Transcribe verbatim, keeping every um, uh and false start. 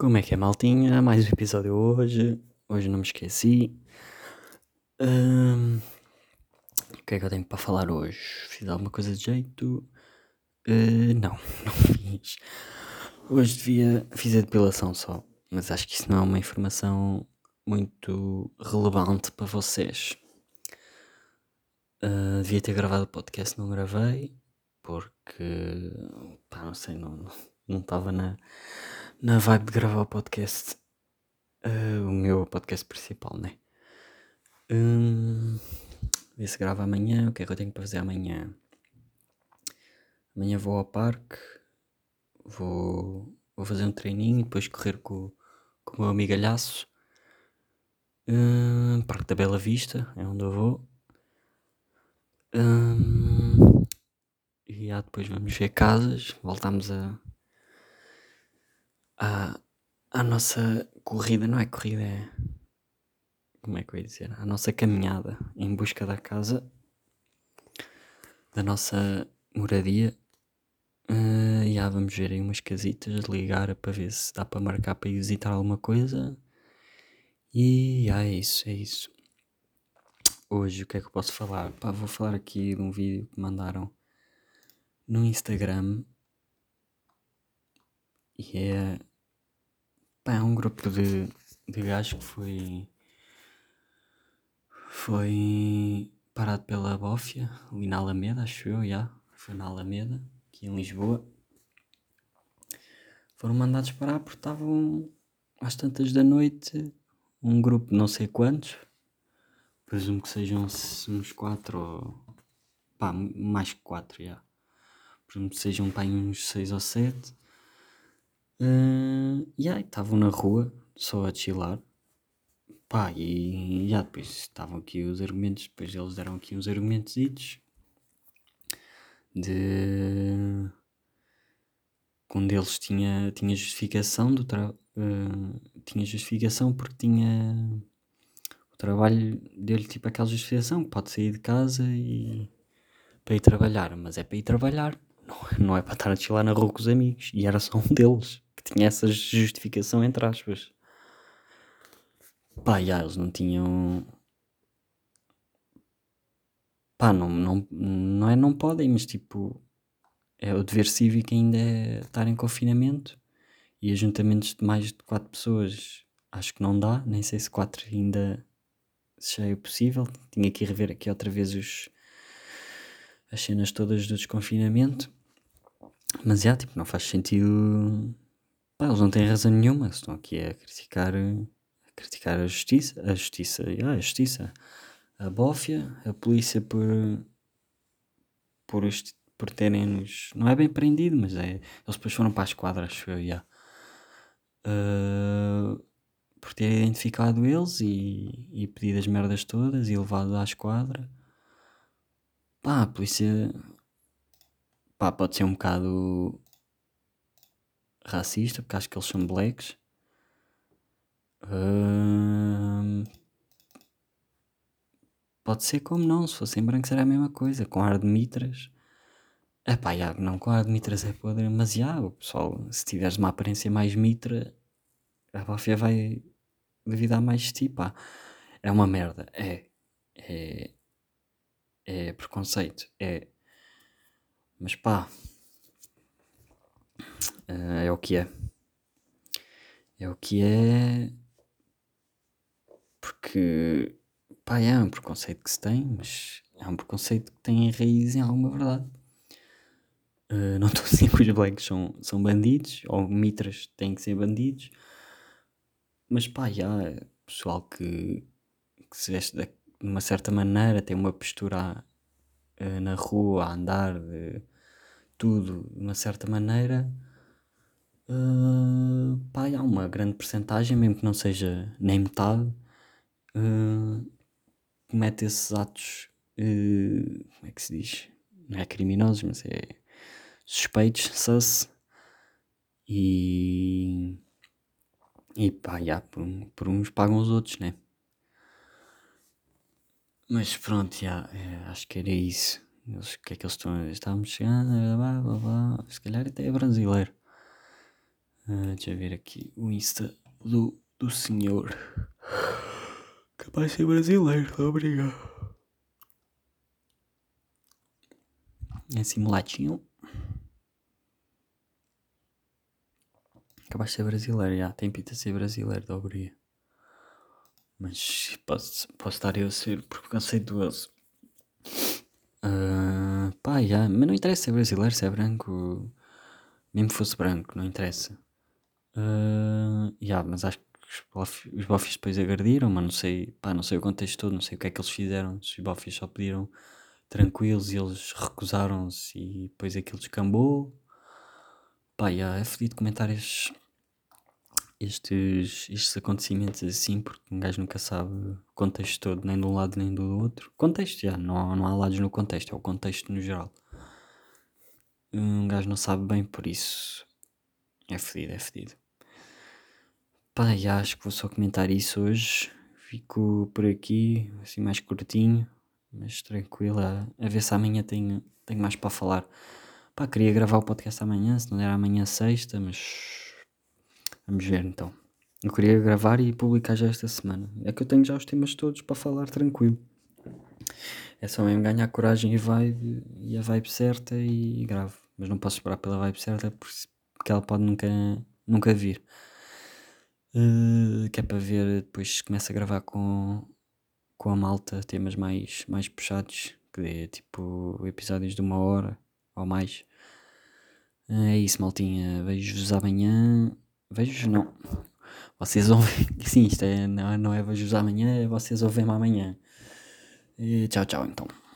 Como é que é, maltinha? Mais um episódio hoje. Hoje não me esqueci. Hum, o que é que eu tenho para falar hoje? Fiz alguma coisa de jeito? Uh, não, não fiz. Hoje devia. Fiz a depilação só. Mas acho que isso não é uma informação muito relevante para vocês. Uh, devia ter gravado o podcast, não gravei. Porque. Pá, não sei, não não estava na, na vibe de gravar o podcast. Uh, o meu podcast principal, né? Hum, ver se grava amanhã. O que é que eu tenho para fazer amanhã? Amanhã vou ao parque. Vou, vou fazer um treininho e depois correr com, com o meu amigalhaço. Hum, Parque da Bela Vista é onde eu vou. Hum, e já depois vamos ver casas. Voltamos a, a, à nossa corrida. Não é corrida, é. Como é que eu ia dizer? A nossa caminhada em busca da casa, da nossa moradia. Uh, já vamos ver aí umas casitas, ligar para ver se dá para marcar para ir visitar alguma coisa. E ah, é isso, é isso. Hoje o que é que eu posso falar? Pá, vou falar aqui de um vídeo que mandaram no Instagram. E é, pá, é um grupo de, de gajos que foi, foi parado pela Bófia, ali na Alameda, acho eu, já. Foi na Alameda, aqui em Lisboa. Foram mandados parar porque estavam às tantas da noite, um grupo de não sei quantos, presumo que sejam uns quatro ou pá, mais que quatro, já. Presumo que sejam pá, uns seis ou sete. Uh, e aí estavam na rua, só a chilar. Pá, e já depois estavam aqui os argumentos, depois eles deram aqui uns argumentos de que um deles tinha, tinha justificação do tra... uh, tinha justificação porque tinha o trabalho deu-lhe tipo aquela justificação que pode sair de casa e para ir trabalhar, mas é para ir trabalhar, não, não é para estar a chilar na rua com os amigos. E era só um deles que tinha essa justificação, entre aspas. Pá, já, eles não tinham. Pá, não, não, não é não podem, mas tipo, é o dever cívico ainda é estar em confinamento. E ajuntamentos de mais de quatro pessoas acho que não dá, nem sei se quatro ainda se é possível. Tinha que ir rever aqui outra vez os, as cenas todas do desconfinamento. Mas já, tipo, não faz sentido. Pá, eles não têm razão nenhuma. Estão aqui a criticar, a criticar a justiça. A justiça, ah, a justiça. A bófia, a polícia por, por, este, por terem-nos. Não é bem prendido, mas é. Eles depois foram para as quadras, acho eu, já. Uh, por ter identificado eles e, e pedido as merdas todas e levado à esquadra. Pá, a polícia. Pá, pode ser um bocado racista, porque acho que eles são blacks. Uh, pode ser como não, se fossem brancos era a mesma coisa, com ar de mitras. É pá, já, não, com ar de mitras é podre, mas já, o pessoal, se tiveres uma aparência mais mitra, a bófia vai duvidar mais de ti, pá. É uma merda, é. É, é preconceito, é. Mas pá, uh, é o que é. É o que é. Porque, pá, é um preconceito que se tem, mas é um preconceito que tem raiz em alguma verdade. Uh, não estou a dizer que os blacks são, são bandidos, ou mitras têm que ser bandidos, mas pá, já, pessoal que, que se veste de uma certa maneira, tem uma postura uh, na rua, a andar, de, tudo de uma certa maneira. Uh, pá, há uma grande percentagem, mesmo que não seja nem metade, uh, comete esses atos, uh, como é que se diz? Não é criminosos, mas é suspeitos, sus, e, e pá, já, por, por uns pagam os outros, né? Mas pronto, já, é, acho que era isso. Eles, o que é que eles estão a dizer? Estávamos chegando, blá, blá, blá, se calhar até é brasileiro. Ah, deixa eu ver aqui o Insta do, do senhor. Capaz de ser brasileiro, obrigado. É assim mulatinho. Capaz de ser brasileiro, já. Tem pinta de ser brasileiro, da obriga. Mas posso, posso estar eu a ser preconceituoso. Uh, pá, já. Mas não interessa ser brasileiro, se é branco. Mesmo que fosse branco, não interessa. Uh, yeah, mas acho que os bofis, os bofis depois agrediram, mas não sei, pá, não sei o contexto todo, não sei o que é que eles fizeram. Se os bofis só pediram tranquilos e eles recusaram-se e depois aquilo descambou. Pá, yeah, é fedido comentar estes, estes, estes acontecimentos assim, porque um gajo nunca sabe o contexto todo, nem de um lado nem do outro. Contexto, já, não, não há lados no contexto, é o contexto no geral. Um gajo não sabe bem, por isso é fedido, é fedido. Pá, já acho que vou só comentar isso hoje. Fico por aqui, assim mais curtinho, mas tranquilo, a, a ver se amanhã tenho, tenho mais para falar. Pá, queria gravar o podcast amanhã, se não era amanhã sexta, mas vamos ver então. Eu queria gravar e publicar já esta semana. É que eu tenho já os temas todos para falar tranquilo. É só mesmo ganhar coragem e vibe, e a vibe certa e gravo. Mas não posso esperar pela vibe certa porque ela pode nunca, nunca vir. Uh, que é para ver depois se começa a gravar com, com a malta temas mais, mais puxados, que dê tipo episódios de uma hora ou mais. Uh, é isso, maltinha. Vejo-vos amanhã. Vejo-vos não. Vocês ouvem. Sim, isto é, não, não é vejo-vos amanhã, é vocês ouvem-me amanhã. E tchau, tchau então.